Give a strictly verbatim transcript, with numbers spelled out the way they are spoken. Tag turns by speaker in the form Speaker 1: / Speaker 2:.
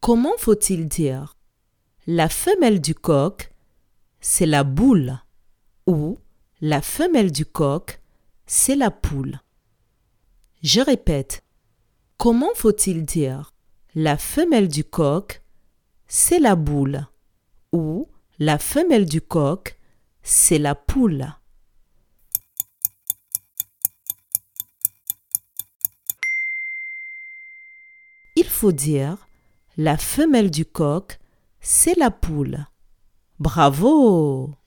Speaker 1: Comment faut-il dire la femelle du coq, c'est la boule ou la femelle du coq, c'est la poule? Je répète. Comment faut-il dire la femelle du coq, c'est la boule ou la femelle du coq, c'est la poule? Il faut dire la femelle du coq, c'est la poule. Bravo!